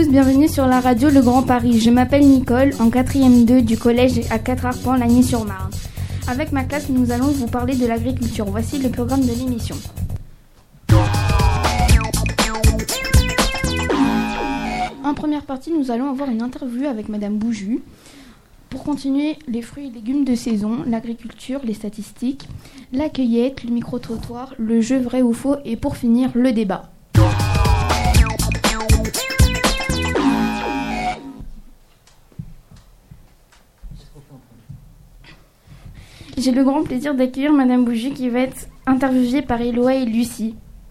tous, bienvenue sur la radio Le Grand Paris. Je m'appelle Nicole, en 4e 2 du collège à 4 Arpents, Lagny-sur-Marne. Avec ma classe, nous allons vous parler de l'agriculture. Voici le programme de l'émission. En première partie, nous allons avoir une interview avec Madame Bouju. Pour continuer, les fruits et légumes de saison, l'agriculture, les statistiques, la cueillette, le micro-trottoir, le jeu vrai ou faux et pour finir, le débat. J'ai le grand plaisir d'accueillir Madame Bouju qui va être interviewée par Eloa et Lucie.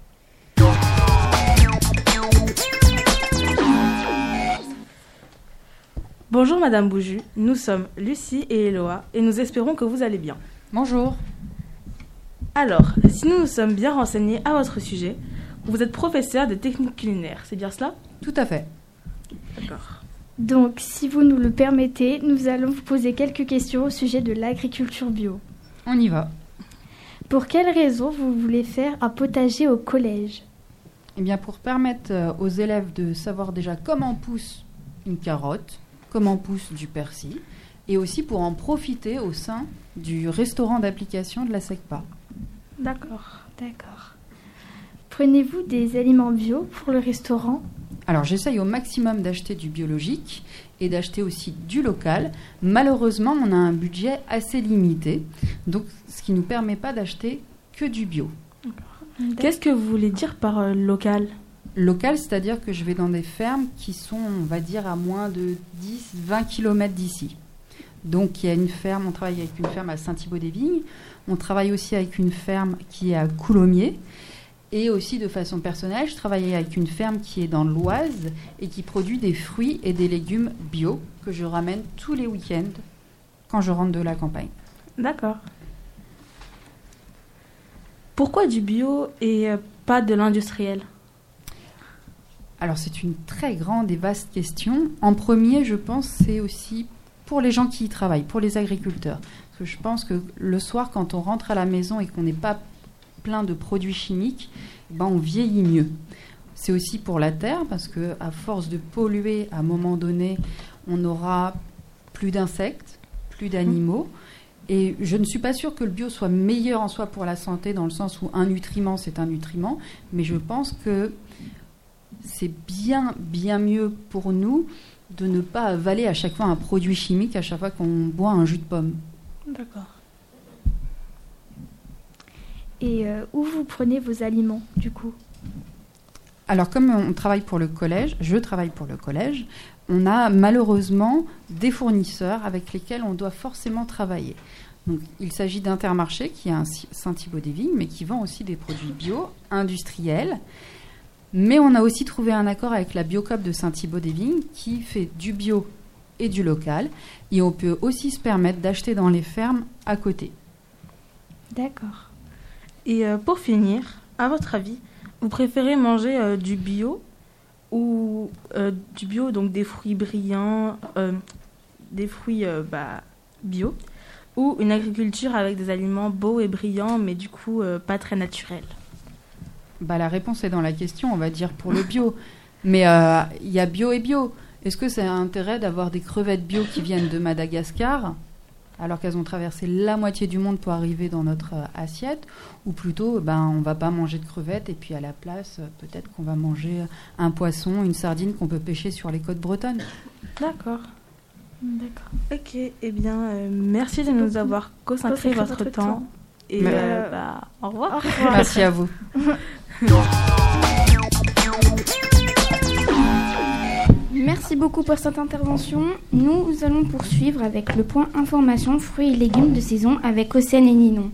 Bonjour Madame Bouju, nous sommes Lucie et Eloa et nous espérons que vous allez bien. Bonjour. Alors, si nous nous sommes bien renseignés à votre sujet, vous êtes professeur de technique culinaire, c'est bien cela ? Tout à fait. D'accord. Donc, si vous nous le permettez, nous allons vous poser quelques questions au sujet de l'agriculture bio. On y va. Pour quelle raison vous voulez faire un potager au collège ? Eh bien, pour permettre aux élèves de savoir déjà comment pousse une carotte, comment pousse du persil, et aussi pour en profiter au sein du restaurant d'application de la SECPA. D'accord. Prenez-vous des aliments bio pour le restaurant ? Alors, j'essaye au maximum d'acheter du biologique et d'acheter aussi du local. Malheureusement, on a un budget assez limité, donc ce qui ne nous permet pas d'acheter que du bio. Qu'est-ce que vous voulez dire par local ? Local, c'est-à-dire que je vais dans des fermes qui sont, on va dire, à moins de 10-20 km d'ici. Donc, il y a une ferme, on travaille avec une ferme à Saint-Thibaud-des-Vignes, on travaille aussi avec une ferme qui est à Coulommiers, et aussi de façon personnelle, je travaille avec une ferme qui est dans l'Oise et qui produit des fruits et des légumes bio que je ramène tous les week-ends quand je rentre de la campagne. D'accord. Pourquoi du bio et pas de l'industriel ? Alors, c'est une très grande et vaste question. En premier, je pense, c'est aussi pour les gens qui y travaillent, pour les agriculteurs. Parce que je pense que le soir, quand on rentre à la maison et qu'on n'est pas plein de produits chimiques, on vieillit mieux. C'est aussi pour la terre, parce qu'à force de polluer, à un moment donné, on aura plus d'insectes, plus d'animaux. Et je ne suis pas sûre que le bio soit meilleur en soi pour la santé, dans le sens où un nutriment, c'est un nutriment. Mais je pense que c'est bien mieux pour nous de ne pas avaler à chaque fois un produit chimique, à chaque fois qu'on boit un jus de pomme. D'accord. Et où vous prenez vos aliments, du coup ? Alors, comme on travaille pour le collège, je travaille pour le collège, on a malheureusement des fournisseurs avec lesquels on doit forcément travailler. Donc, il s'agit d'Intermarché, qui est un Saint-Thibaud-des-Vignes, mais qui vend aussi des produits bio, industriels. Mais on a aussi trouvé un accord avec la Biocoop de Saint-Thibaud-des-Vignes, qui fait du bio et du local. Et on peut aussi se permettre d'acheter dans les fermes à côté. D'accord. Et pour finir, à votre avis, vous préférez manger du bio ou du bio, donc des fruits brillants, des fruits bio, ou une agriculture avec des aliments beaux et brillants, mais du coup pas très naturels ? La réponse est dans la question, on va dire pour le bio. Mais il y a bio et bio. Est-ce que ça a intérêt d'avoir des crevettes bio qui viennent de Madagascar, alors qu'elles ont traversé la moitié du monde pour arriver dans notre assiette, ou plutôt, on ne va pas manger de crevettes, et puis à la place, peut-être qu'on va manger un poisson, une sardine qu'on peut pêcher sur les côtes bretonnes. D'accord. Ok, eh bien, merci de nous avoir consacré votre temps. Et au revoir. Merci à vous. Merci beaucoup pour cette intervention. Nous allons poursuivre avec le point information fruits et légumes de saison avec Océane et Ninon.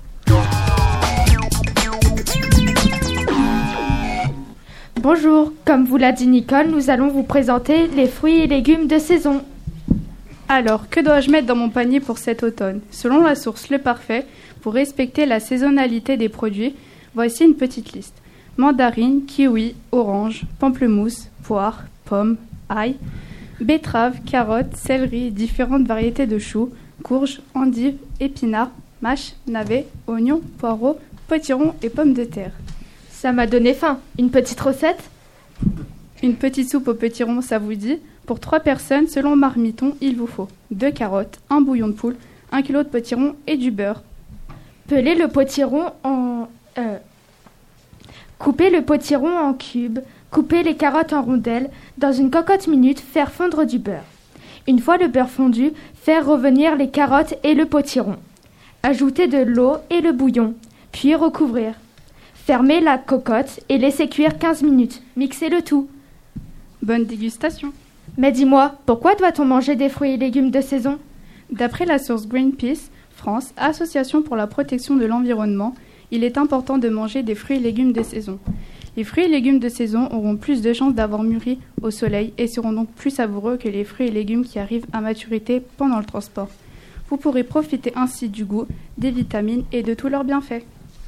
Bonjour, comme vous l'a dit Nicole, nous allons vous présenter les fruits et légumes de saison. Alors, que dois-je mettre dans mon panier pour cet automne ? Selon la source Le Parfait, pour respecter la saisonnalité des produits, voici une petite liste. Mandarine, kiwi, orange, pamplemousse, poire, pomme, ail, betterave, carottes, céleri, différentes variétés de choux, courges, endives, épinards, mâches, navets, oignons, poireaux, potirons et pommes de terre. Ça m'a donné faim. Une petite recette ? Une petite soupe au potiron, ça vous dit? Pour 3 personnes, selon Marmiton, il vous faut 2 carottes, un bouillon de poule, 1 kilo de potiron et du beurre. Pelez le potiron en... Coupez le potiron en cubes, coupez les carottes en rondelles, dans une cocotte minute, faire fondre du beurre. Une fois le beurre fondu, faire revenir les carottes et le potiron. Ajouter de l'eau et le bouillon, puis recouvrir. Fermez la cocotte et laissez cuire 15 minutes. Mixez le tout. Bonne dégustation. Mais dis-moi, pourquoi doit-on manger des fruits et légumes de saison? D'après la source Greenpeace France, Association pour la protection de l'environnement, il est important de manger des fruits et légumes de saison. Les fruits et légumes de saison auront plus de chances d'avoir mûri au soleil et seront donc plus savoureux que les fruits et légumes qui arrivent à maturité pendant le transport. Vous pourrez profiter ainsi du goût, des vitamines et de tous leurs bienfaits.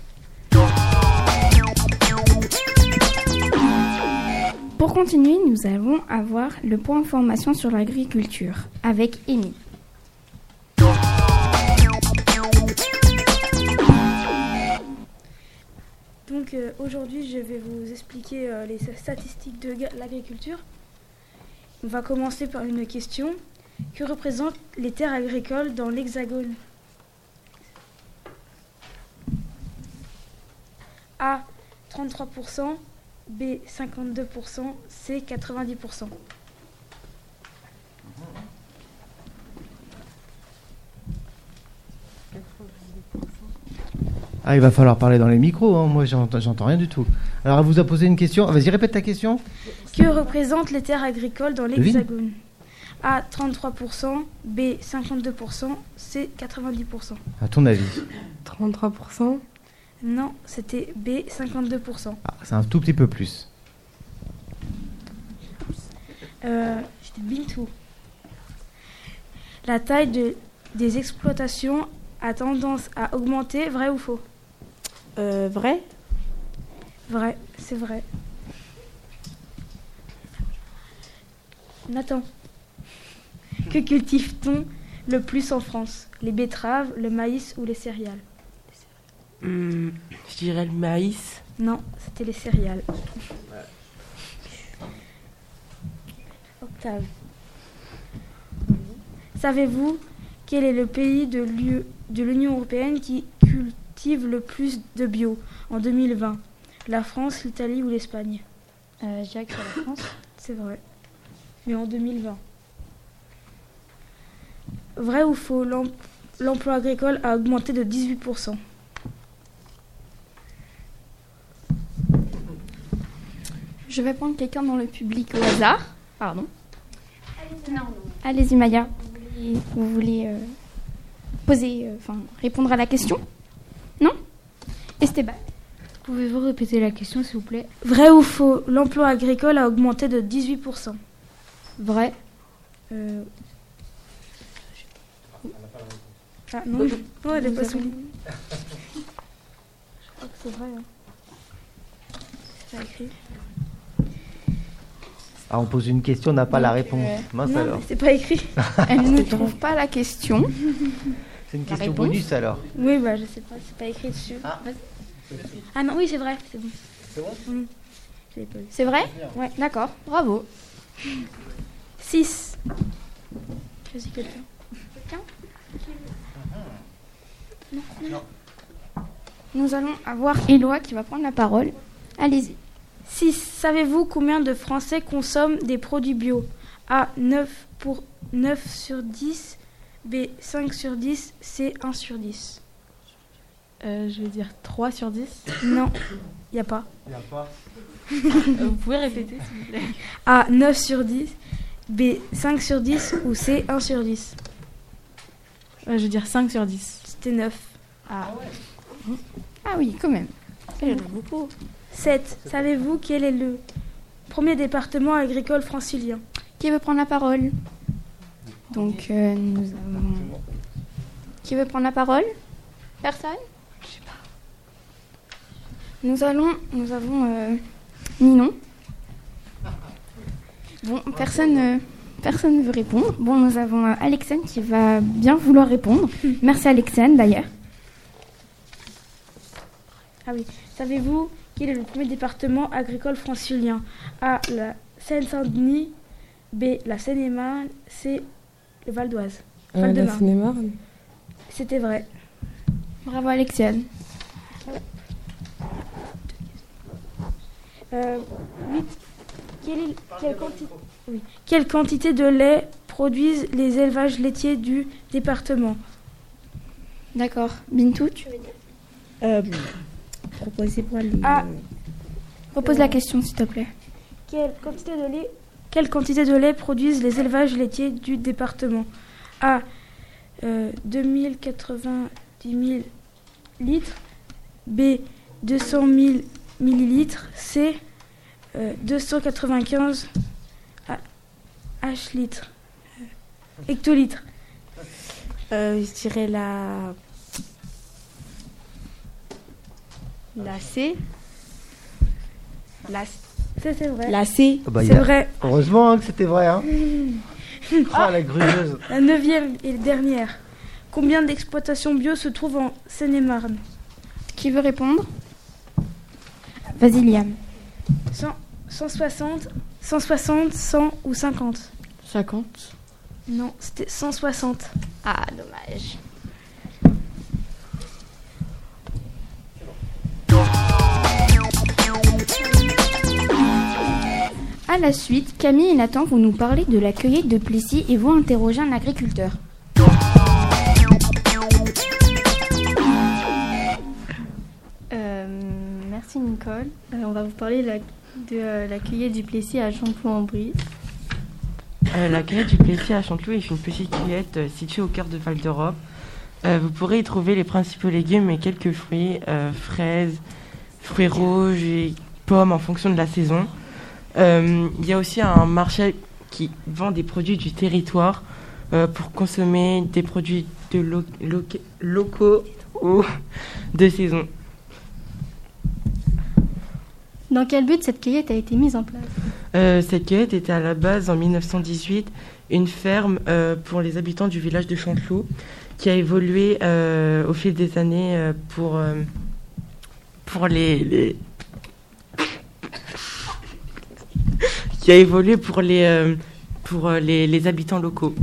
Pour continuer, nous allons avoir le point information sur l'agriculture avec Amy. Donc aujourd'hui, je vais vous expliquer les statistiques de l'agriculture. On va commencer par une question. Que représentent les terres agricoles dans l'Hexagone? A. 33%, B. 52%, C. 90%. Ah, il va falloir parler dans les micros, hein. Moi j'entends rien du tout. Alors elle vous a posé une question, vas-y répète ta question. Que représentent les terres agricoles dans l'Hexagone? A. 33%, B. 52%, C. 90%. À ton avis? 33%. Non, c'était B. 52%. Ah, c'est un tout petit peu plus. C'était Bintou. La taille des exploitations a tendance à augmenter, vrai ou faux? Vrai. Vrai, c'est vrai. Nathan. Que cultive-t-on le plus en France? Les betteraves, le maïs ou les céréales? Je dirais le maïs. Non, c'était les céréales. Octave. Savez-vous quel est le pays de l'Union européenne qui cultive le plus de bio en 2020? La France, l'Italie ou l'Espagne? Je dirais que c'est la France. C'est vrai. Mais en 2020. Vrai ou faux, l'emploi agricole a augmenté de 18%. Je vais prendre quelqu'un dans le public au hasard. Pardon. Allez-y Maya. Vous voulez répondre à la question? Non? Esteban. Pouvez-vous répéter la question, s'il vous plaît? Vrai ou faux, l'emploi agricole a augmenté de 18%. Vrai. Ah non, elle n'est pas soulignée. Je crois que c'est vrai. Hein. C'est pas écrit. Ah, on pose une question, on n'a pas la réponse. Mince non, alors. C'est pas écrit. Elle ne trouve pas la question. C'est une question bonus alors. Oui, bah je sais pas, c'est pas écrit dessus. Ah non, oui, c'est vrai, c'est bon. C'est vrai? Oui. Je l'ai pas vu. C'est vrai? Ouais. D'accord, bravo. 6. Choisis quelqu'un. Non. Nous allons avoir Éloi qui va prendre la parole. Allez-y. 6. Savez-vous combien de Français consomment des produits bio? A. 9 sur 10. B. 5 sur 10. C. 1 sur 10. Je vais dire 3 sur 10. Non, il n'y a pas. Il n'y a pas. Vous pouvez répéter, s'il vous plaît? A. 9 sur 10. B. 5 sur 10. Ou C. 1 sur 10. Je vais dire 5 sur 10. C'était 9. Ah oui, quand même. Il y en a beaucoup. 7. Savez-vous quel est le premier département agricole francilien? Qui veut prendre la parole? Donc, nous avons... Qui veut prendre la parole? Personne? Je sais pas. Nous avons Ninon. Bon, personne ne veut répondre. Bon, nous avons Alexandre qui va bien vouloir répondre. Merci Alexandre d'ailleurs. Ah oui. Savez-vous quel est le premier département agricole francilien? A. La Seine-Saint-Denis, B. la Seine-et-Marne, C. le Val d'Oise. La Val-de-Marne. Seine-et-Marne. C'était vrai. Bravo Alexiane. Quelle quantité de lait produisent les élevages laitiers du département? D'accord. Bintou, tu veux dire Proposez-moi les... Repose la question s'il te plaît. Quelle quantité de lait produisent les élevages laitiers du département? A. 2090 000 litres. B. 200 000 millilitres. C. 295 h-litres. Hectolitres. je dirais la C. C'est vrai. La C. Ah bah, C'est vrai. Heureusement que c'était vrai. Hein. La grugeuse. La 9e et dernière. Combien d'exploitations bio se trouvent en Seine-et-Marne? Qui veut répondre? Vas-y Liam. 160, 100 ou 50? 50. Non, c'était 160. Ah, dommage. À la suite, Camille et Nathan vont nous parler de la cueillette de Plessis et vont interroger un agriculteur. Merci Nicole. On va vous parler de la cueillette du Plessis à Chanteloup-en-Brie. La cueillette du Plessis à Chanteloup est une petite cueillette située au cœur de Val d'Europe. Vous pourrez y trouver les principaux légumes et quelques fruits, fraises, fruits rouges et pommes en fonction de la saison. Il y a aussi un marché qui vend des produits du territoire pour consommer des produits locaux ou de saison. Dans quel but cette cueillette a été mise en place? Cette cueillette était à la base, en 1918, une ferme pour les habitants du village de Chanteloup, qui a évolué au fil des années pour les qui a évolué pour les habitants locaux.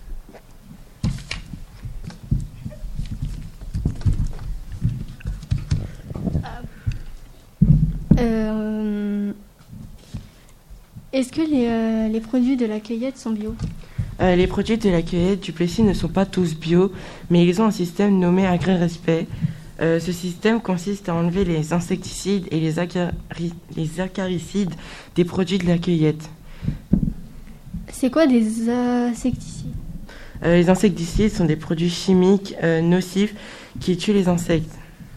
Est-ce que les produits de la cueillette sont bio? Les produits de la cueillette du Plessis ne sont pas tous bio, mais ils ont un système nommé AgriRespect. Ce système consiste à enlever les insecticides et les acaricides des produits de la cueillette. C'est quoi des insecticides? Les insecticides sont des produits chimiques nocifs qui tuent les insectes.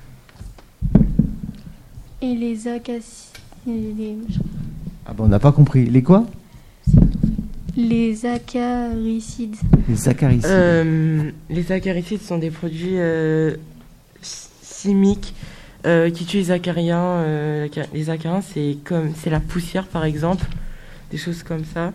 Et les acaricides? Ah bah on n'a pas compris. Les quoi? Les acaricides. Les acaricides. Les acaricides sont des produits chimiques qui tuent les acariens. Les acariens, c'est la poussière, par exemple, des choses comme ça.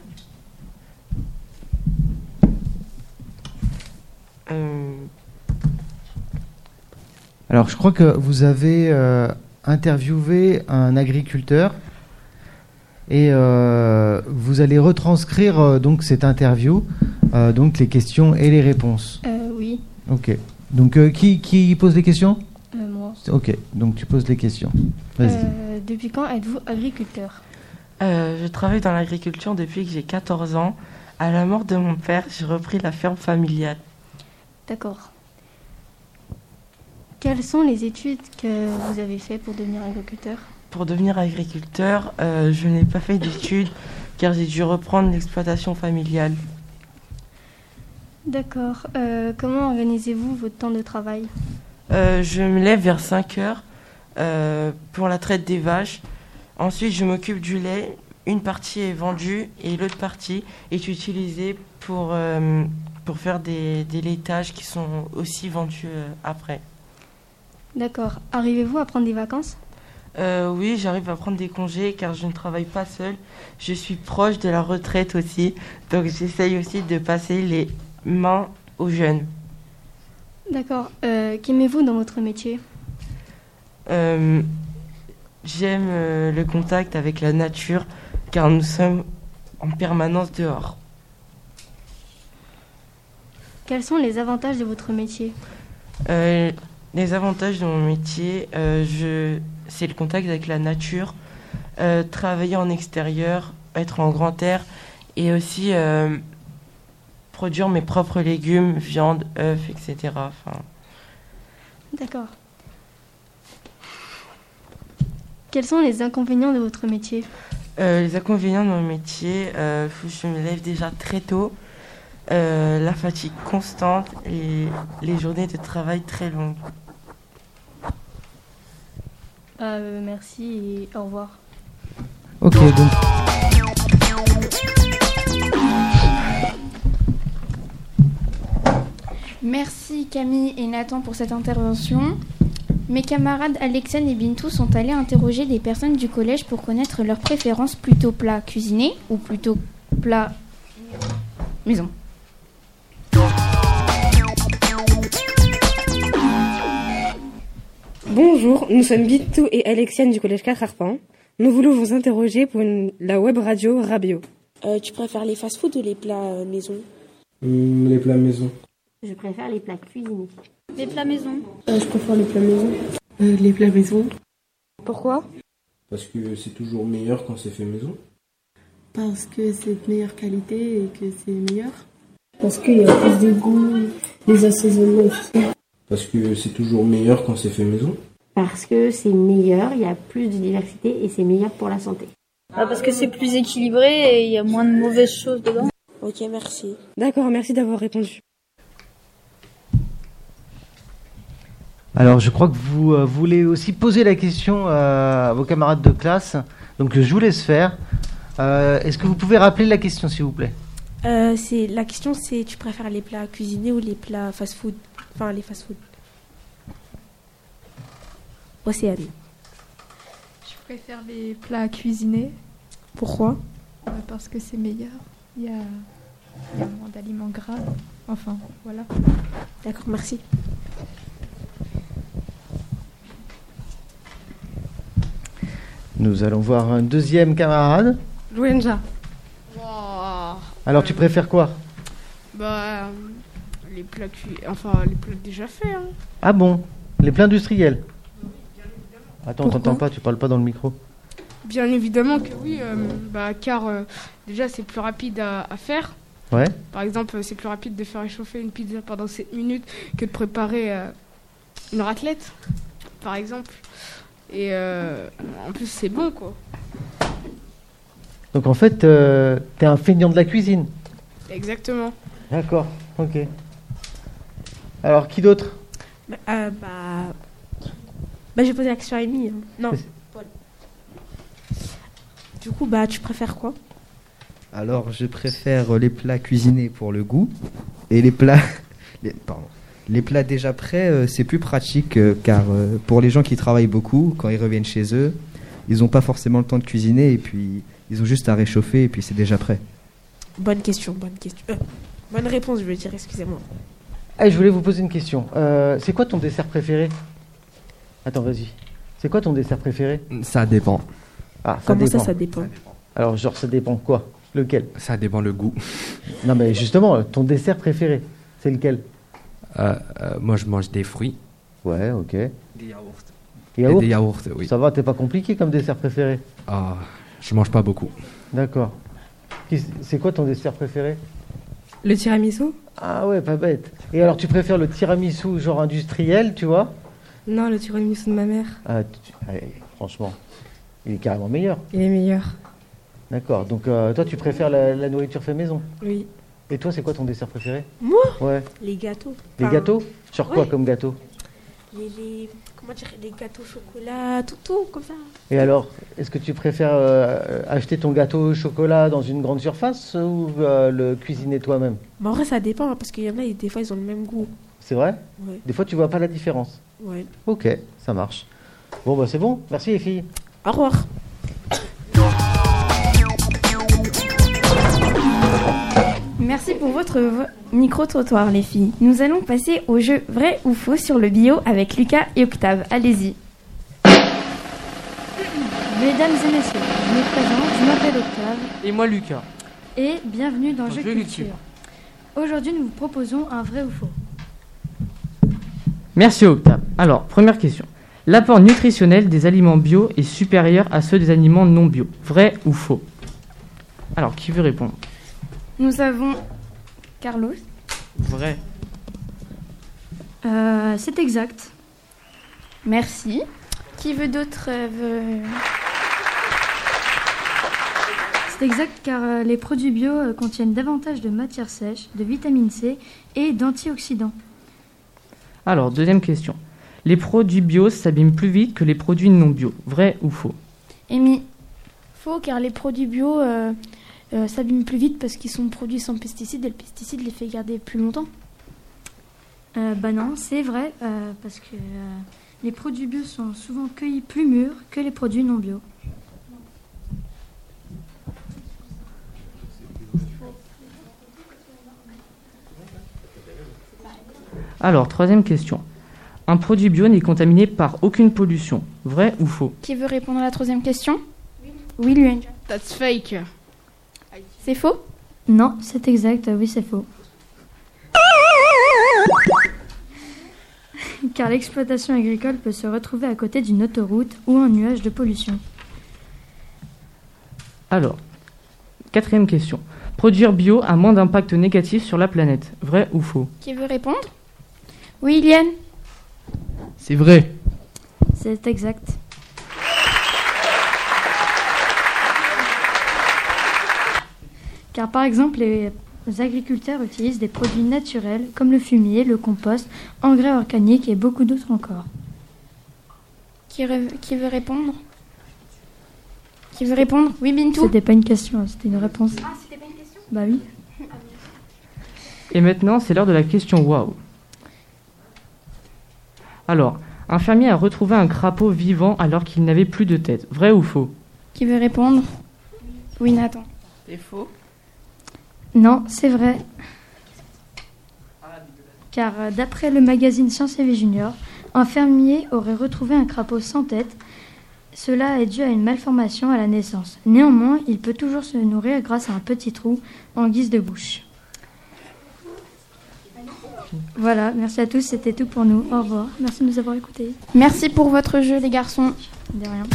Alors, je crois que vous avez interviewé un agriculteur et vous allez retranscrire donc cette interview, donc les questions et les réponses. Oui. Ok. Donc, qui pose les questions? Moi. Ok. Donc, tu poses les questions. Vas-y. Depuis quand êtes-vous agriculteur? Je travaille dans l'agriculture depuis que j'ai 14 ans. À la mort de mon père, j'ai repris la ferme familiale. D'accord. Quelles sont les études que vous avez faites pour devenir agriculteur? Pour devenir agriculteur, je n'ai pas fait d'études car j'ai dû reprendre l'exploitation familiale. D'accord. Comment organisez-vous votre temps de travail? Je me lève vers 5 heures pour la traite des vaches. Ensuite, je m'occupe du lait. Une partie est vendue et l'autre partie est utilisée pour faire des laitages qui sont aussi vendus après. D'accord. Arrivez-vous à prendre des vacances? Oui, j'arrive à prendre des congés car je ne travaille pas seule. Je suis proche de la retraite aussi. Donc j'essaye aussi de passer les mains aux jeunes. D'accord. Qu'aimez-vous dans votre métier? J'aime le contact avec la nature car nous sommes en permanence dehors. Quels sont les avantages de votre métier? Les avantages de mon métier, c'est le contact avec la nature, travailler en extérieur, être en grand air et aussi produire mes propres légumes, viande, œufs, etc. Enfin... D'accord. Quels sont les inconvénients de votre métier? Les inconvénients de mon métier, je me lève déjà très tôt, la fatigue constante et les journées de travail très longues. Merci et au revoir. Ok, donc. Merci Camille et Nathan pour cette intervention. Mes camarades Alexane et Bintou sont allés interroger des personnes du collège pour connaître leurs préférences, plutôt plat cuisiné ou plutôt plat maison. Bonjour, nous sommes Bintou et Alexiane du collège 4 Arpents. Nous voulons vous interroger pour la web radio Rabio. Tu préfères les fast-food ou les plats maison? Les plats maison. Je préfère les plats cuisinés. Les plats maison. Je préfère les plats maison. Les plats maison. Pourquoi? Parce que c'est toujours meilleur quand c'est fait maison. Parce que c'est de meilleure qualité et que c'est meilleur. Parce qu'il y a plus de goût, des assaisonnements, tout ça. Parce que c'est toujours meilleur quand c'est fait maison. Parce que c'est meilleur, il y a plus de diversité et c'est meilleur pour la santé. Parce que c'est plus équilibré et il y a moins de mauvaises choses dedans. Ok, merci. D'accord, merci d'avoir répondu. Alors, je crois que vous voulez aussi poser la question à vos camarades de classe. Donc, je vous laisse faire. Est-ce que vous pouvez rappeler la question, s'il vous plaît? La question, c'est tu préfères les plats cuisinés ou les plats fast-food? Enfin, les fast-food. Océane. Je préfère les plats cuisinés. Pourquoi? Parce que c'est meilleur. Il y a moins d'aliments gras. Enfin, voilà. D'accord, merci. Nous allons voir un deuxième camarade. Louenja. Wow. Alors, tu préfères quoi? Les plats les plats déjà faits. Hein. Ah bon? Les plats industriels? Attends, on t'entend pas, tu parles pas dans le micro. Bien évidemment que oui, car déjà c'est plus rapide à faire. Ouais. Par exemple, c'est plus rapide de faire réchauffer une pizza pendant 7 minutes que de préparer une raclette, par exemple. Et en plus, c'est bon, quoi. Donc en fait, t'es un feignant de la cuisine. Exactement. D'accord, ok. Alors, qui d'autre? J'ai posé la question à Amy. Hein. Non, Paul. Du coup, tu préfères quoi? Alors, je préfère les plats cuisinés pour le goût. Et les plats... Les plats déjà prêts, c'est plus pratique car pour les gens qui travaillent beaucoup, quand ils reviennent chez eux, ils n'ont pas forcément le temps de cuisiner et puis ils ont juste à réchauffer et puis c'est déjà prêt. Bonne question. Bonne réponse, je veux dire, excusez-moi. Je voulais vous poser une question. C'est quoi ton dessert préféré? Attends, vas-y. C'est quoi ton dessert préféré? Ça dépend. Ah, Comment ça dépend? Alors, genre, ça dépend quoi? Lequel? Ça dépend le goût. Non, mais justement, ton dessert préféré, c'est lequel? Moi, je mange des fruits. Ouais, ok. Des yaourts. Yaourts? Des yaourts, oui. Ça va, t'es pas compliqué comme dessert préféré? Ah, je mange pas beaucoup. D'accord. C'est quoi ton dessert préféré? Le tiramisu? Ah ouais, pas bête. Et alors, tu préfères le tiramisu genre industriel, tu vois? Non, le tiramisu de ma mère. Allez, franchement, il est carrément meilleur. Il est meilleur. D'accord. Donc, toi, tu préfères la nourriture fait maison? Oui. Et toi, c'est quoi ton dessert préféré? Moi? Ouais. Les gâteaux. Les gâteaux? Genre quoi comme gâteau? Les gâteaux au chocolat, tout comme ça. Et alors, est-ce que tu préfères acheter ton gâteau au chocolat dans une grande surface ou le cuisiner toi-même? En vrai, ça dépend, parce qu'il y en a, des fois, ils ont le même goût. C'est vrai? Ouais. Des fois, tu vois pas la différence? Ouais. Ok, ça marche. Bon, c'est bon. Merci les filles. Au revoir. Merci pour votre micro-trottoir, les filles. Nous allons passer au jeu vrai ou faux sur le bio avec Lucas et Octave. Allez-y. Mesdames et messieurs, je me présente, je m'appelle Octave. Et moi, Lucas. et bienvenue dans Jeux Culture. Aujourd'hui, nous vous proposons un vrai ou faux. Merci Octave. Alors, première question. L'apport nutritionnel des aliments bio est supérieur à ceux des aliments non bio. Vrai ou faux? Alors, qui veut répondre? Nous avons Carlos. Vrai. C'est exact. Merci. Qui veut d'autres C'est exact car les produits bio contiennent davantage de matières sèches, de vitamine C et d'antioxydants. Alors, deuxième question. Les produits bio s'abîment plus vite que les produits non bio. Vrai ou faux? Amy. Faux, car les produits bio s'abîment plus vite parce qu'ils sont produits sans pesticides et le pesticide les fait garder plus longtemps. Non, c'est vrai, parce que les produits bio sont souvent cueillis plus mûrs que les produits non bio. Alors, troisième question. Un produit bio n'est contaminé par aucune pollution. Vrai ou faux? Qui veut répondre à la troisième question? Oui, lui. That's fake. C'est faux? Non, c'est exact, oui, c'est faux. Car l'exploitation agricole peut se retrouver à côté d'une autoroute ou un nuage de pollution. Alors, quatrième question. Produire bio a moins d'impact négatif sur la planète. Vrai ou faux? Qui veut répondre? Oui, Iliane. C'est vrai. C'est exact. Car par exemple, les agriculteurs utilisent des produits naturels comme le fumier, le compost, engrais organiques et beaucoup d'autres encore. Qui veut répondre? Qui veut répondre? Oui, Bintou. C'était pas une question, c'était une réponse. Ah, c'était pas une question? Bah oui. Et maintenant, c'est l'heure de la question waouh. Alors, un fermier a retrouvé un crapaud vivant alors qu'il n'avait plus de tête. Vrai ou faux? Qui veut répondre? Oui, Nathan. C'est faux. Non, c'est vrai. Car d'après le magazine Science et Vie Junior, un fermier aurait retrouvé un crapaud sans tête. Cela est dû à une malformation à la naissance. Néanmoins, il peut toujours se nourrir grâce à un petit trou en guise de bouche. Voilà, merci à tous, c'était tout pour nous. Au revoir, merci de nous avoir écoutés. Merci pour votre jeu, les garçons. De rien.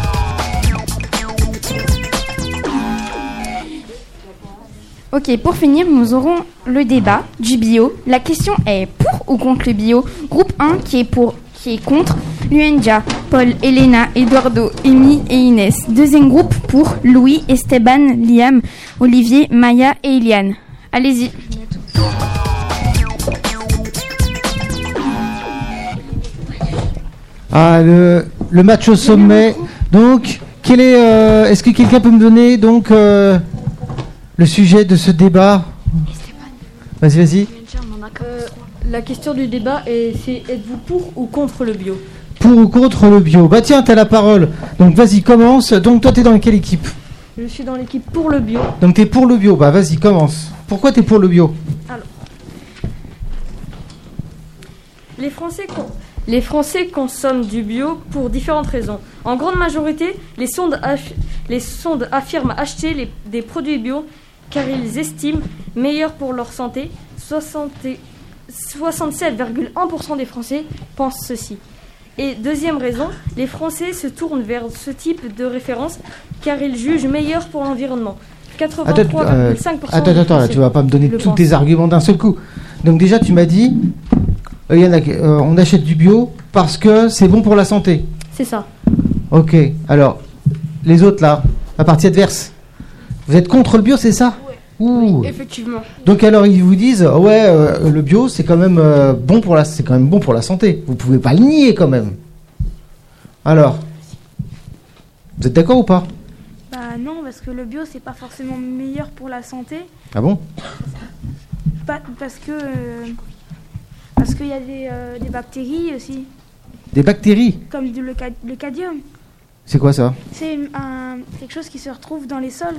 Ok, pour finir, nous aurons le débat du bio. La question est pour ou contre le bio? Groupe 1 qui est contre Luenja, Paul, Elena, Eduardo, Amy et Inès. Deuxième groupe pour Louis, Esteban, Liam, Olivier, Maya et Eliane. Allez-y. Ah, le match au sommet. Donc, est-ce que quelqu'un peut me donner donc le sujet de ce débat? Vas-y. La question du débat c'est êtes-vous pour ou contre le bio? Pour ou contre le bio? Bah tiens, t'as la parole. Donc vas-y, commence. Donc toi, t'es dans quelle équipe? Je suis dans l'équipe pour le bio. Donc t'es pour le bio. Bah vas-y, commence. Pourquoi t'es pour le bio? Alors, les Français consomment du bio pour différentes raisons. En grande majorité, les sondes affirment acheter des produits bio car ils estiment meilleurs pour leur santé. 67,1% des Français pensent ceci. Et deuxième raison, les Français se tournent vers ce type de référence car ils jugent meilleur pour l'environnement. 83,5%. Attends, là, tu vas pas me donner tous tes arguments d'un seul coup. Donc déjà, tu m'as dit, on achète du bio parce que c'est bon pour la santé. C'est ça. Ok, alors, les autres là, la partie adverse, vous êtes contre le bio, c'est ça? Oui, effectivement. Donc alors ils vous disent le bio c'est quand même bon pour la santé. Vous pouvez pas le nier quand même. Alors, vous êtes d'accord ou pas? Bah non, parce que le bio c'est pas forcément meilleur pour la santé. Ah bon? Parce que il y a des bactéries aussi. Des bactéries? Comme le cadmium. C'est quoi ça? C'est quelque chose qui se retrouve dans les sols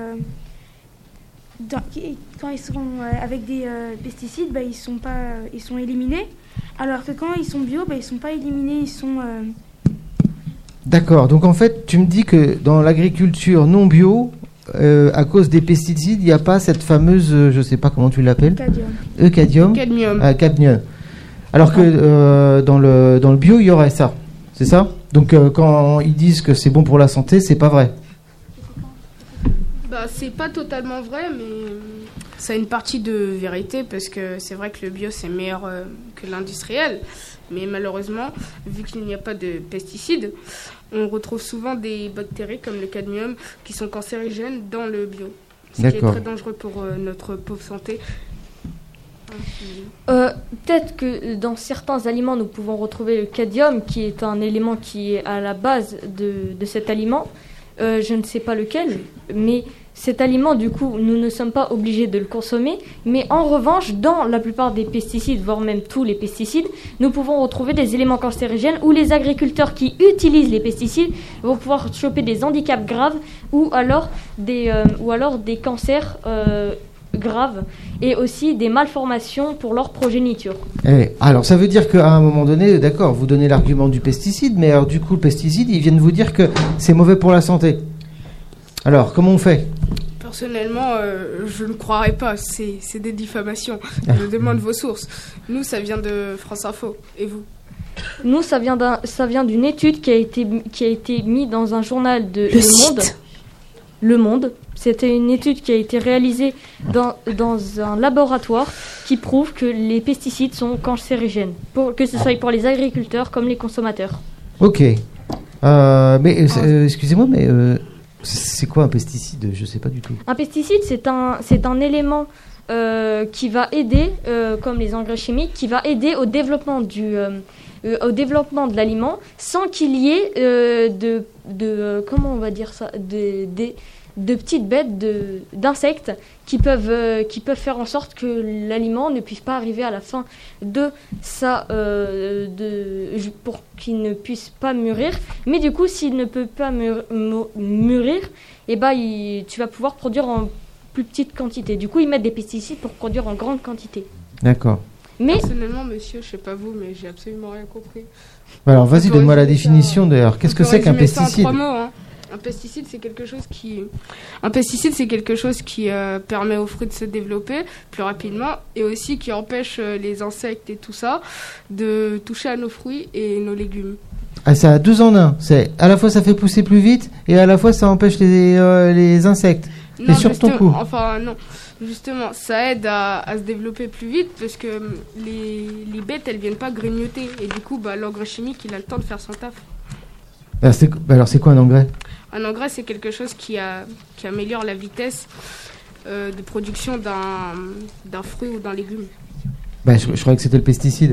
quand ils sont avec des pesticides, ils sont éliminés, alors que quand ils sont bio, ils sont pas éliminés, ils sont. D'accord. Donc en fait, tu me dis que dans l'agriculture non bio, à cause des pesticides, il n'y a pas cette fameuse, je ne sais pas comment tu l'appelles, Cadmium. Cadmium. Alors que dans le bio, il y aurait ça. C'est ça? Donc quand ils disent que c'est bon pour la santé, c'est pas vrai. Bah, c'est pas totalement vrai, mais ça a une partie de vérité parce que c'est vrai que le bio c'est meilleur que l'industriel. Mais malheureusement, vu qu'il n'y a pas de pesticides, on retrouve souvent des bactéries comme le cadmium qui sont cancérigènes dans le bio. Ce qui est très dangereux pour notre pauvre santé. Peut-être que dans certains aliments, nous pouvons retrouver le cadmium, qui est un élément qui est à la base de cet aliment. Je ne sais pas lequel, mais cet aliment, du coup, nous ne sommes pas obligés de le consommer. Mais en revanche, dans la plupart des pesticides, voire même tous les pesticides, nous pouvons retrouver des éléments cancérigènes où les agriculteurs qui utilisent les pesticides vont pouvoir choper des handicaps graves ou alors des cancers graves et aussi des malformations pour leur progéniture. Alors ça veut dire qu'à un moment donné, d'accord, vous donnez l'argument du pesticide, mais alors du coup le pesticide, ils viennent vous dire que c'est mauvais pour la santé. Alors comment on fait? Personnellement, je ne croirais pas, c'est des diffamations. Je demande vos sources. Nous, ça vient de France Info. Et vous? Nous, ça vient d'une étude qui a été mise dans un journal de Le Monde. C'était une étude qui a été réalisée dans un laboratoire qui prouve que les pesticides sont cancérigènes, que ce soit pour les agriculteurs comme les consommateurs. Ok. Mais excusez-moi, mais c'est quoi un pesticide? Je ne sais pas du tout. Un pesticide, c'est un élément qui va aider, comme les engrais chimiques, qui va aider au développement de l'aliment sans qu'il y ait comment on va dire ça, de petites bêtes, d'insectes qui peuvent faire en sorte que l'aliment ne puisse pas arriver à la fin pour qu'il ne puisse pas mûrir. Mais du coup, s'il ne peut pas mûrir, tu vas pouvoir produire en plus petite quantité. Du coup, ils mettent des pesticides pour produire en grande quantité. D'accord. Mais personnellement, monsieur, je sais pas vous, mais j'ai absolument rien compris. Alors, vas-y, donne-moi la définition d'ailleurs. Qu'est-ce que c'est qu'un pesticide? En 3 mots, hein. Un pesticide, c'est quelque chose qui permet aux fruits de se développer plus rapidement et aussi qui empêche les insectes et tout ça de toucher à nos fruits et nos légumes. Ah, ça a 2 en 1. C'est à la fois ça fait pousser plus vite et à la fois ça empêche les insectes. Non, et sur ton coup. Enfin non, justement, ça aide à se développer plus vite parce que les bêtes elles viennent pas grignoter et du coup l'engrais chimique il a le temps de faire son taf. Alors c'est quoi un engrais? Un engrais, c'est quelque chose qui améliore la vitesse de production d'un fruit ou d'un légume. Je croyais que c'était le pesticide.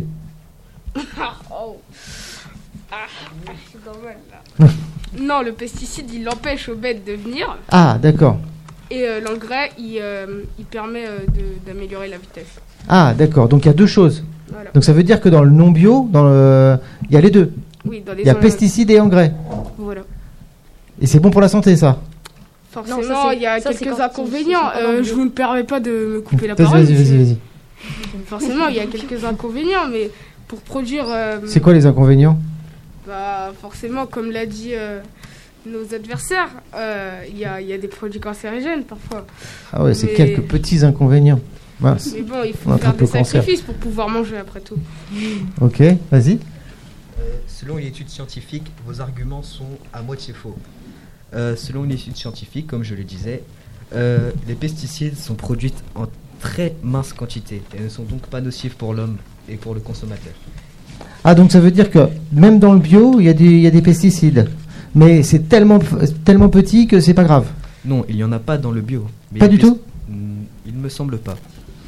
C'est normal, là. Non, le pesticide, il empêche aux bêtes de venir. Ah, d'accord. Et l'engrais, il permet d'améliorer la vitesse. Ah, d'accord. Donc il y a 2 choses. Voilà. Donc ça veut dire que dans le non-bio, il y a les 2. Oui, il y a pesticides et engrais. Voilà. Et c'est bon pour la santé, ça? Forcément, il y a quelques inconvénients. Je ne me permets pas de me couper la parole. Vas-y. Forcément, il y a quelques inconvénients, mais pour produire... C'est quoi les inconvénients? Forcément, comme l'a dit nos adversaires, il y a des produits cancérigènes parfois. Ah ouais, c'est quelques petits inconvénients. Mince. Mais bon, il faut faire des sacrifices pour pouvoir manger après tout. Ok, vas-y. Selon une étude scientifique, vos arguments sont à moitié faux. Selon une étude scientifique, comme je le disais, les pesticides sont produits en très mince quantité et ne sont donc pas nocifs pour l'homme et pour le consommateur. Ah, donc ça veut dire que même dans le bio, il y a des pesticides, mais c'est tellement petit que c'est pas grave. Non, il n'y en a pas dans le bio. Mais pas du tout? Il me semble pas.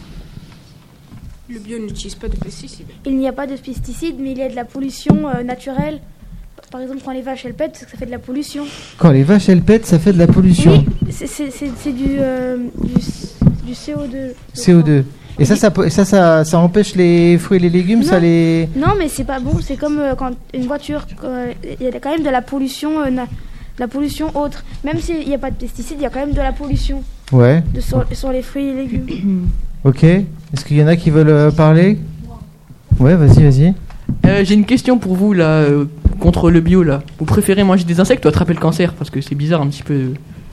Le bio n'utilise pas de pesticides. Il n'y a pas de pesticides, mais il y a de la pollution naturelle. Par exemple, quand les vaches elles pètent, ça fait de la pollution. Quand les vaches elles pètent, ça fait de la pollution. Oui, c'est du CO2. CO2. Et ça empêche les fruits et les légumes, non. Ça les... Non, mais c'est pas bon. C'est comme quand une voiture, il y a quand même de la pollution, la pollution autre. Même s'il n'y a pas de pesticides, il y a quand même de la pollution. Ouais. Sur les fruits et légumes. Ok. Est-ce qu'il y en a qui veulent parler? Ouais, vas-y. J'ai une question pour vous là, contre le bio là. Vous préférez manger des insectes ou attraper le cancer? Parce que c'est bizarre un petit peu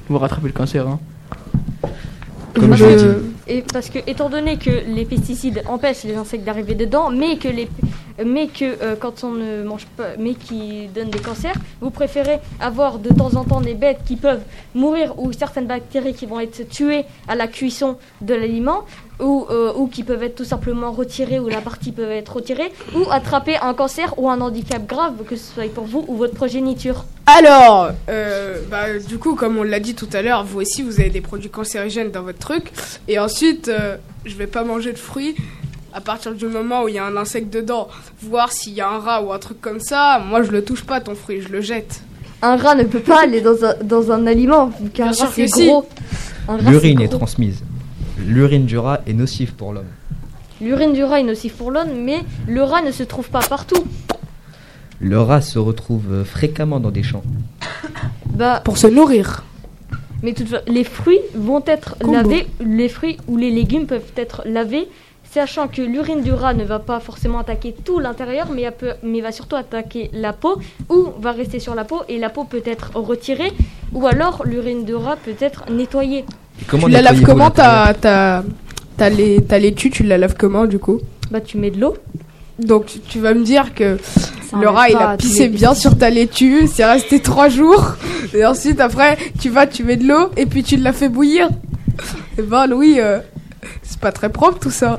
vous rattrapez le cancer. Hein. Comme je l'ai dit. Et parce que, étant donné que les pesticides empêchent les insectes d'arriver dedans, mais que quand on ne mange pas, mais qui donnent des cancers, vous préférez avoir de temps en temps des bêtes qui peuvent mourir ou certaines bactéries qui vont être tuées à la cuisson de l'aliment, ou qui peuvent être tout simplement retirées, ou la partie peut être retirée, ou attraper un cancer ou un handicap grave, que ce soit pour vous ou votre progéniture. Alors, du coup, comme on l'a dit tout à l'heure, vous aussi, vous avez des produits cancérigènes dans votre truc. Et ensuite, je vais pas manger de fruits à partir du moment où il y a un insecte dedans. Voir s'il y a un rat ou un truc comme ça, moi, je le touche pas, ton fruit, je le jette. Un rat ne peut pas aller dans un aliment, vu qu'un rat, c'est gros. L'urine est transmise. L'urine du rat est nocive pour l'homme. L'urine du rat est nocive pour l'homme, mais le rat ne se trouve pas partout. Le rat se retrouve fréquemment dans des champs. Pour se nourrir. Mais les fruits vont être lavés, les fruits ou les légumes peuvent être lavés, sachant que l'urine du rat ne va pas forcément attaquer tout l'intérieur, mais va surtout attaquer la peau, ou va rester sur la peau, et la peau peut être retirée, ou alors l'urine du rat peut être nettoyée. Tu la laves comment t'as laitue, tu la laves comment du coup? Tu mets de l'eau. Donc tu vas me dire que le rat il a pissé bien sur ta laitue, c'est resté 3 jours, et ensuite après tu mets de l'eau et puis tu la fais bouillir. Et Louis, c'est pas très propre tout ça.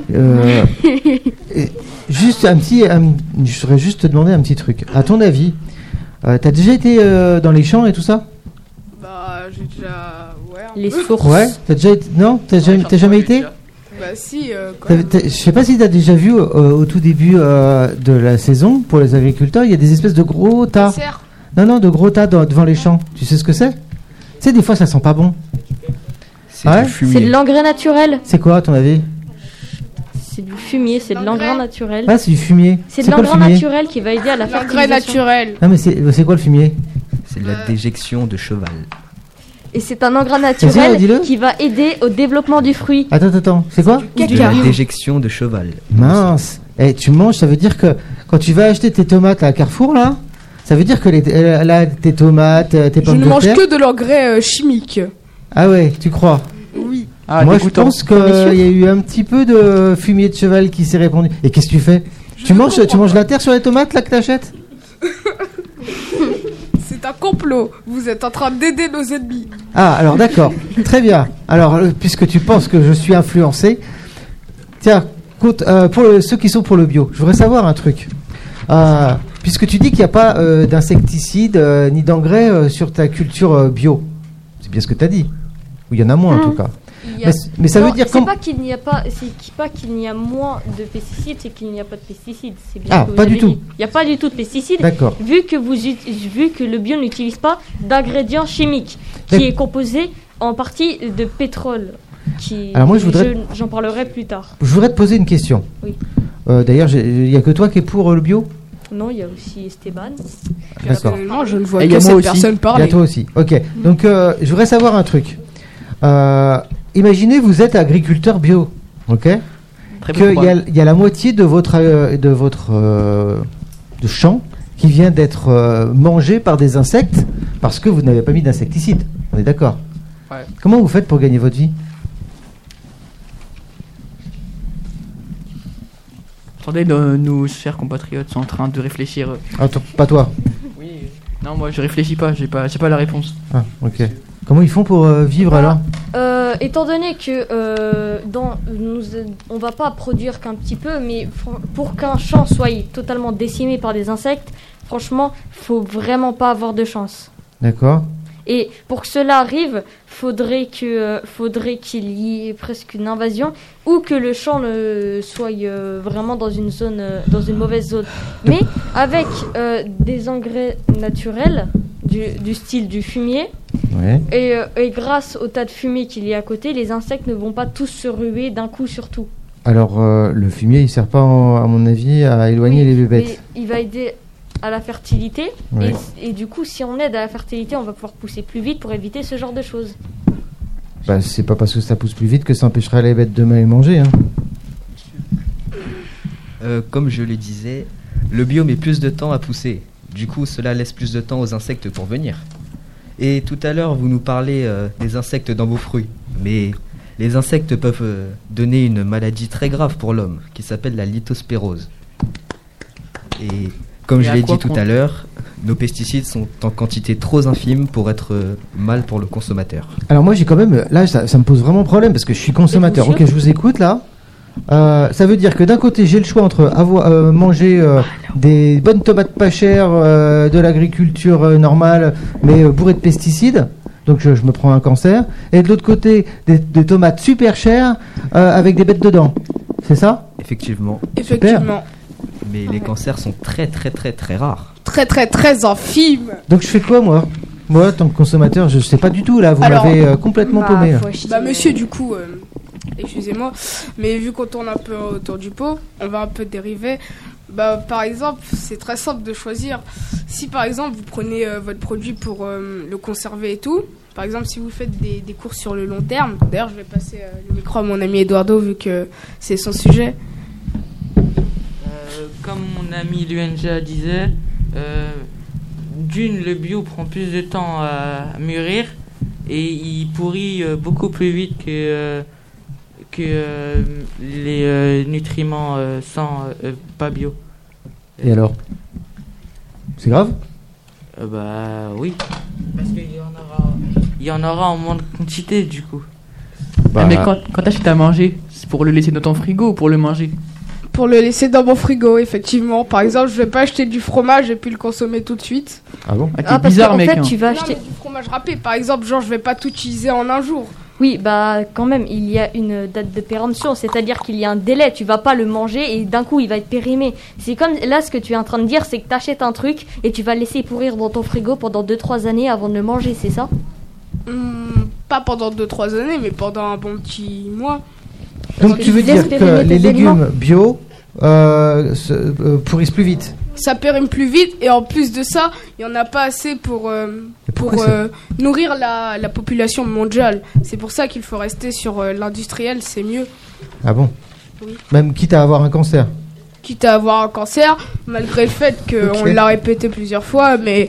Juste je voudrais juste te demander un petit truc. À ton avis, t'as déjà été dans les champs et tout ça? J'ai déjà... Les sources. Ouais, t'as déjà été... Non, t'as jamais été? Si, je sais pas si t'as déjà vu au tout début de la saison, pour les agriculteurs, il y a des espèces de gros tas. Non, de gros tas devant les champs. Tu sais ce que c'est? Tu sais, des fois ça sent pas bon. C'est du fumier. C'est de l'engrais naturel. C'est quoi à ton avis? C'est du fumier, c'est de l'engrais naturel. Ah, c'est du fumier. C'est de l'engrais naturel qui va aider à la fertilisation. L'engrais naturel. Non, mais c'est quoi le fumier? C'est de la déjection de cheval. Et c'est un engrais naturel qui va aider au développement du fruit. Attends, c'est quoi? De la déjection de cheval. Mince. Tu manges, ça veut dire que quand tu vas acheter tes tomates à Carrefour, là, ça veut dire que tes tomates, tes pommes de terre... Je ne mange que de l'engrais chimique. Ah ouais, tu crois? Oui. Moi, je pense qu'il y a eu un petit peu de fumier de cheval qui s'est répandu. Et qu'est-ce que tu fais? Tu manges la terre sur les tomates, là, que t'achètes? C'est un complot. Vous êtes en train d'aider nos ennemis. Ah, alors d'accord. Très bien. Alors, puisque tu penses que je suis influencé, tiens, pour ceux qui sont pour le bio, je voudrais savoir un truc. Puisque tu dis qu'il n'y a pas d'insecticides ni d'engrais sur ta culture bio. C'est bien ce que tu as dit. Ou il y en a moins en tout cas. Mais ça veut dire c'est pas qu'il n'y a pas, c'est pas qu'il n'y a moins de pesticides, c'est qu'il n'y a pas de pesticides. C'est bien pas du tout. Il n'y a pas du tout de pesticides. D'accord. Vu que le bio n'utilise pas d'ingrédients chimiques, qui est composé en partie de pétrole. Alors moi, j'en parlerai plus tard. Je voudrais te poser une question. Oui. D'ailleurs, il n'y a que toi qui es pour le bio? Non, il y a aussi Esteban. D'accord. Non, je ne vois que cette personne parler. Il y a toi aussi. Ok. Donc, je voudrais savoir un truc. Imaginez, vous êtes agriculteur bio, ok? Il y a la moitié de votre champ qui vient d'être mangé par des insectes parce que vous n'avez pas mis d'insecticide. On est d'accord? Ouais. Comment vous faites pour gagner votre vie? Attendez, nos chers compatriotes sont en train de réfléchir. Attends, pas toi. Oui. Non, moi je réfléchis pas, j'ai pas la réponse. Ah, ok. Comment ils font pour vivre alors? Étant donné que on va pas produire qu'un petit peu, mais pour qu'un champ soit totalement décimé par des insectes, franchement, faut vraiment pas avoir de chance. D'accord. Et pour que cela arrive, faudrait qu'il y ait presque une invasion ou que le champ soit vraiment dans une zone, dans une mauvaise zone. Mais avec des engrais naturels du style du fumier, ouais. et grâce au tas de fumier qu'il y a à côté, les insectes ne vont pas tous se ruer d'un coup sur tout. Alors le fumier, il sert pas, à mon avis, à éloigner les bébêtes. Il va aider à la fertilité, ouais. et du coup, si on aide à la fertilité, on va pouvoir pousser plus vite pour éviter ce genre de choses. Bah, c'est pas parce que ça pousse plus vite que ça empêchera les bêtes de les manger. Hein. Comme je le disais, le bio met plus de temps à pousser. Du coup, cela laisse plus de temps aux insectes pour venir. Et tout à l'heure, vous nous parlez des insectes dans vos fruits. Mais les insectes peuvent donner une maladie très grave pour l'homme, qui s'appelle la lithospérose. Et comme je l'ai dit tout à l'heure, nos pesticides sont en quantité trop infime pour être mal pour le consommateur. Alors moi, j'ai quand même... Là, ça me pose vraiment problème, parce que je suis consommateur. Ok, je vous écoute, là. Ça veut dire que d'un côté, j'ai le choix entre manger des bonnes tomates pas chères, de l'agriculture normale, mais bourrées de pesticides. Donc je me prends un cancer. Et de l'autre côté, des tomates super chères avec des bêtes dedans. C'est ça ? Effectivement. Effectivement. Mais les cancers sont très très très très rares. Très très très infimes. Donc je fais quoi, moi ? Moi, en tant que consommateur, je sais pas du tout, là. Vous m'avez complètement paumé. Là. Monsieur, du coup, excusez-moi, mais vu qu'on tourne un peu autour du pot, on va un peu dériver. Par exemple, c'est très simple de choisir. Si par exemple vous prenez votre produit pour le conserver et tout, par exemple si vous faites des courses sur le long terme, d'ailleurs je vais passer le micro à mon ami Eduardo vu que c'est son sujet. Comme mon ami Luenja disait, le bio prend plus de temps à mûrir et il pourrit beaucoup plus vite que les nutriments pas bio. Et alors ? C'est grave ? Oui. Parce qu'il y en aura en moins de quantité du coup. Mais quand t'achètes à manger, c'est pour le laisser dans ton frigo ou pour le manger ? Pour le laisser dans mon frigo, effectivement. Par exemple, je vais pas acheter du fromage et puis le consommer tout de suite. Ah bon ? T'es bizarre, mec. En fait, tu vas acheter du fromage râpé, par exemple. Genre, je vais pas tout utiliser en un jour. Oui, quand même, il y a une date de péremption, c'est-à-dire qu'il y a un délai. Tu vas pas le manger et d'un coup, il va être périmé. C'est comme là, ce que tu es en train de dire, c'est que t'achètes un truc et tu vas le laisser pourrir dans ton frigo pendant 2-3 années avant de le manger, c'est ça ? Pas pendant 2-3 années, mais pendant un bon petit mois. Donc tu veux dire que les légumes bio pourrissent plus vite ? Ça périme plus vite et en plus de ça, il n'y en a pas assez pour nourrir la population mondiale. C'est pour ça qu'il faut rester sur l'industriel, c'est mieux. Ah bon ? Oui. Même quitte à avoir un cancer ? Quitte à avoir un cancer, malgré le fait qu'on l'a répété plusieurs fois, mais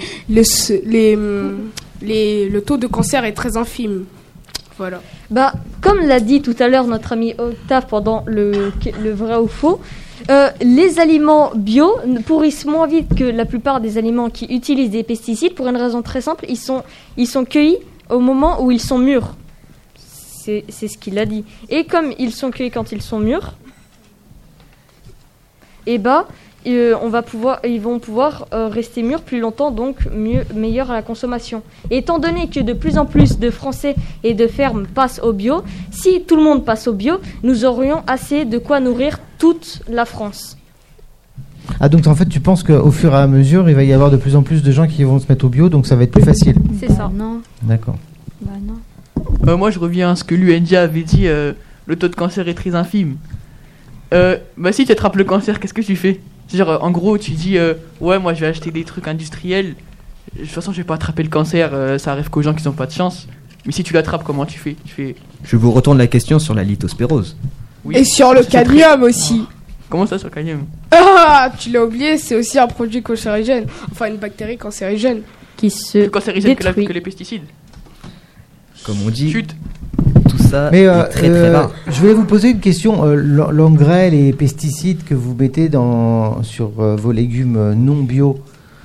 le taux de cancer est très infime. Voilà. Comme l'a dit tout à l'heure notre ami Octave pendant le vrai ou faux, les aliments bio pourrissent moins vite que la plupart des aliments qui utilisent des pesticides pour une raison très simple, ils sont cueillis au moment où ils sont mûrs. C'est ce qu'il a dit. Et comme ils sont cueillis quand ils sont mûrs, ils vont pouvoir rester mûrs plus longtemps, donc meilleurs à la consommation. Et étant donné que de plus en plus de Français et de fermes passent au bio, si tout le monde passe au bio, nous aurions assez de quoi nourrir toute la France. Ah, donc en fait tu penses qu'au fur et à mesure il va y avoir de plus en plus de gens qui vont se mettre au bio, donc ça va être plus facile. C'est ça. Non. D'accord. Non. Moi je reviens à ce que l'UNJ avait dit, le taux de cancer est très infime. Si tu attrapes le cancer, qu'est-ce que tu fais ? C'est-à-dire, en gros, tu dis, ouais, moi je vais acheter des trucs industriels, de toute façon je vais pas attraper le cancer, ça arrive qu'aux gens qui n'ont pas de chance. Mais si tu l'attrapes, comment tu fais ? Je vous retourne la question sur la lithospérose. Oui. Et sur le cadmium aussi. Comment ça sur le cadmium ? Ah, tu l'as oublié, c'est aussi un produit cancérigène, enfin une bactérie cancérigène. Qui se plus cancérigène que les pesticides. Comme on dit. Chut. Tout ça est très très rare. Je voulais vous poser une question. L'engrais, les pesticides que vous mettez sur vos légumes non bio,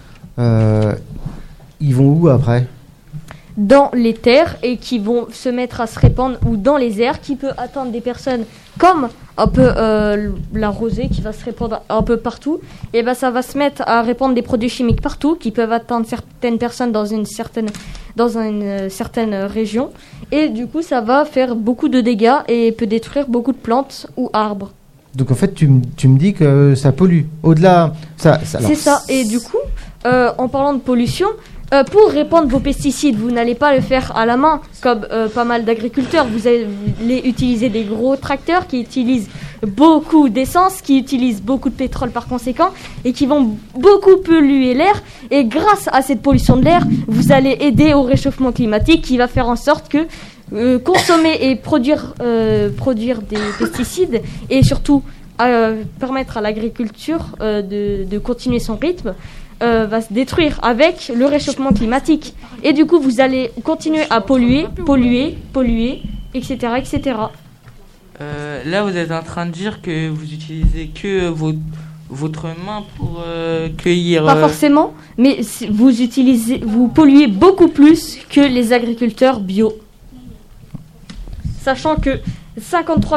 ils vont où après ? Dans les terres et qui vont se mettre à se répandre, ou dans les airs qui peut atteindre des personnes comme un peu la rosée qui va se répandre un peu partout. Et ça va se mettre à répandre des produits chimiques partout qui peuvent atteindre certaines personnes dans une certaine région. Et du coup ça va faire beaucoup de dégâts et peut détruire beaucoup de plantes ou arbres. Donc en fait tu me dis que ça pollue. Au-delà, c'est ça. Et du coup en parlant de pollution, pour répandre vos pesticides, vous n'allez pas le faire à la main comme pas mal d'agriculteurs. Vous allez utiliser des gros tracteurs qui utilisent beaucoup d'essence, qui utilisent beaucoup de pétrole par conséquent et qui vont beaucoup polluer l'air. Et grâce à cette pollution de l'air, vous allez aider au réchauffement climatique qui va faire en sorte que consommer et produire des pesticides et surtout permettre à l'agriculture de continuer son rythme va se détruire avec le réchauffement climatique. Et du coup, vous allez continuer à polluer, etc., etc. Là, vous êtes en train de dire que vous utilisez que votre main pour cueillir... Pas forcément, mais vous polluez beaucoup plus que les agriculteurs bio. Sachant que 53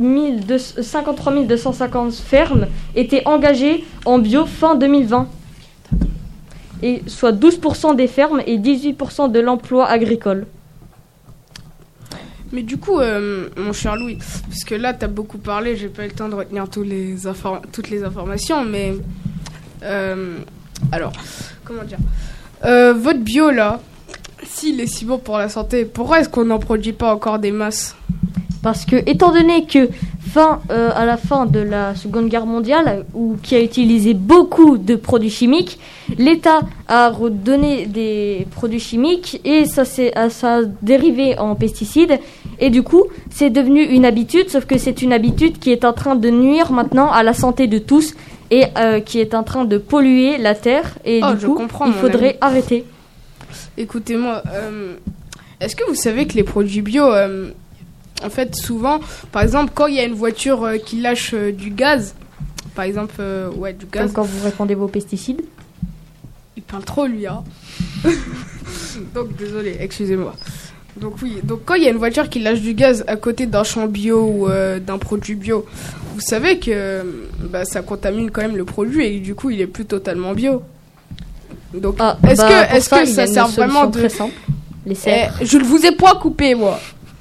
250 fermes étaient engagées en bio fin 2020. Et soit 12% des fermes et 18% de l'emploi agricole. Mais du coup, mon cher Louis, parce que là, tu as beaucoup parlé, j'ai pas eu le temps de retenir toutes les informations, mais... alors, comment dire votre bio, là, s'il est si bon pour la santé, pourquoi est-ce qu'on n'en produit pas encore des masses ? Parce que, étant donné que à la fin de la Seconde Guerre mondiale, qui a utilisé beaucoup de produits chimiques, l'État a redonné des produits chimiques et ça a dérivé en pesticides. Et du coup, c'est devenu une habitude, sauf que c'est une habitude qui est en train de nuire maintenant à la santé de tous et qui est en train de polluer la terre. Et du coup, il faudrait arrêter. Écoutez-moi, est-ce que vous savez que les produits bio... en fait, souvent, par exemple, quand il y a une voiture qui lâche du gaz, par exemple, du gaz... Comme quand vous répandez vos pesticides. Il parle trop, lui, hein. Donc, désolé, excusez-moi. Donc quand il y a une voiture qui lâche du gaz à côté d'un champ bio ou d'un produit bio, vous savez que ça contamine quand même le produit et du coup, il est plus totalement bio. Donc, est-ce que ça sert vraiment de... Très simple. Les serres. Je ne vous ai pas coupé, moi.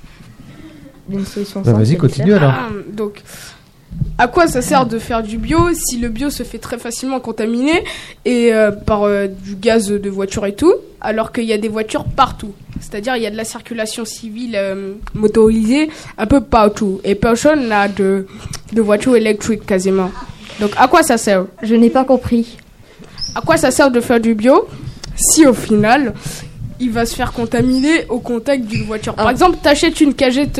D'une solution vas-y, continue alors. Donc, à quoi ça sert de faire du bio si le bio se fait très facilement contaminer et par du gaz de voiture et tout, alors qu'il y a des voitures partout. C'est-à-dire il y a de la circulation civile motorisée un peu partout et personne n'a de voiture électrique quasiment. Donc à quoi ça sert ? Je n'ai pas compris. À quoi ça sert de faire du bio si au final il va se faire contaminer au contact d'une voiture. Par exemple, t'achètes une cagette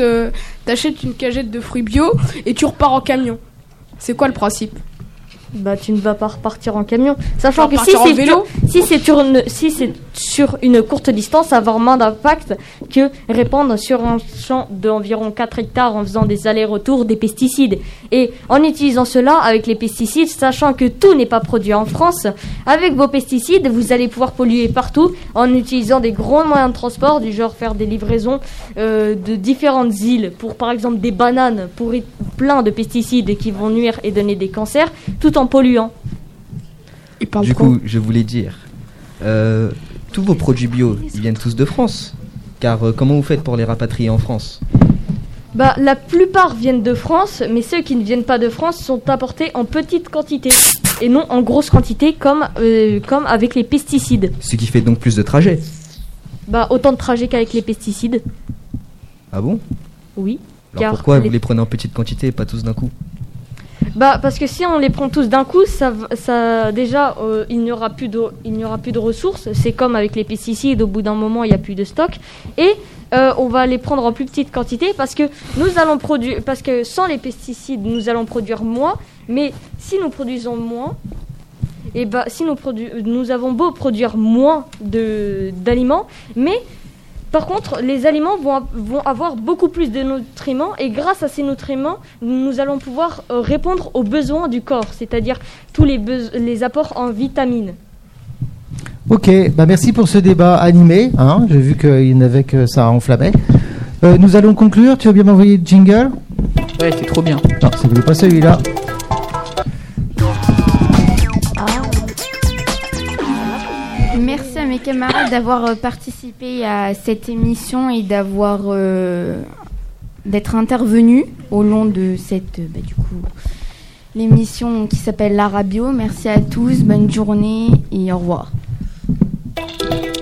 de fruits bio et tu repars en camion. C'est quoi le principe ? Tu ne vas pas repartir en camion. Sachant que si c'est sur une courte distance, ça va avoir moins d'impact que répandre sur un champ d'environ 4 hectares en faisant des allers-retours des pesticides. Et en utilisant cela avec les pesticides, sachant que tout n'est pas produit en France, avec vos pesticides, vous allez pouvoir polluer partout en utilisant des gros moyens de transport, du genre faire des livraisons de différentes îles pour par exemple des bananes, pour plein de pesticides qui vont nuire et donner des cancers, tout en polluant. Du coup, je voulais dire, tous vos produits bio, ils viennent tous de France. Car comment vous faites pour les rapatrier en France ? La plupart viennent de France, mais ceux qui ne viennent pas de France sont apportés en petite quantité et non en grosse quantité comme avec les pesticides. Ce qui fait donc plus de trajets. Autant de trajets qu'avec les pesticides. Ah bon ? Oui. Alors pourquoi vous les prenez en petite quantité et pas tous d'un coup ? Parce que si on les prend tous d'un coup, il n'y aura plus de ressources. C'est comme avec les pesticides, au bout d'un moment, il n'y a plus de stock. Et on va les prendre en plus petite quantité parce que sans les pesticides, nous allons produire moins. Mais si nous produisons moins, nous avons beau produire moins d'aliments, mais par contre, les aliments vont avoir beaucoup plus de nutriments et grâce à ces nutriments, nous allons pouvoir répondre aux besoins du corps, c'est-à-dire tous les apports en vitamines. Ok, merci pour ce débat animé. J'ai vu qu'il y en avait que ça enflammait. Nous allons conclure. Tu veux bien m'envoyer le jingle ? Ouais, c'est trop bien. Non, c'est pas celui-là. Merci à mes camarades d'avoir participé à cette émission et d'être intervenus au long de cette l'émission qui s'appelle La Radio. Merci à tous, bonne journée et au revoir.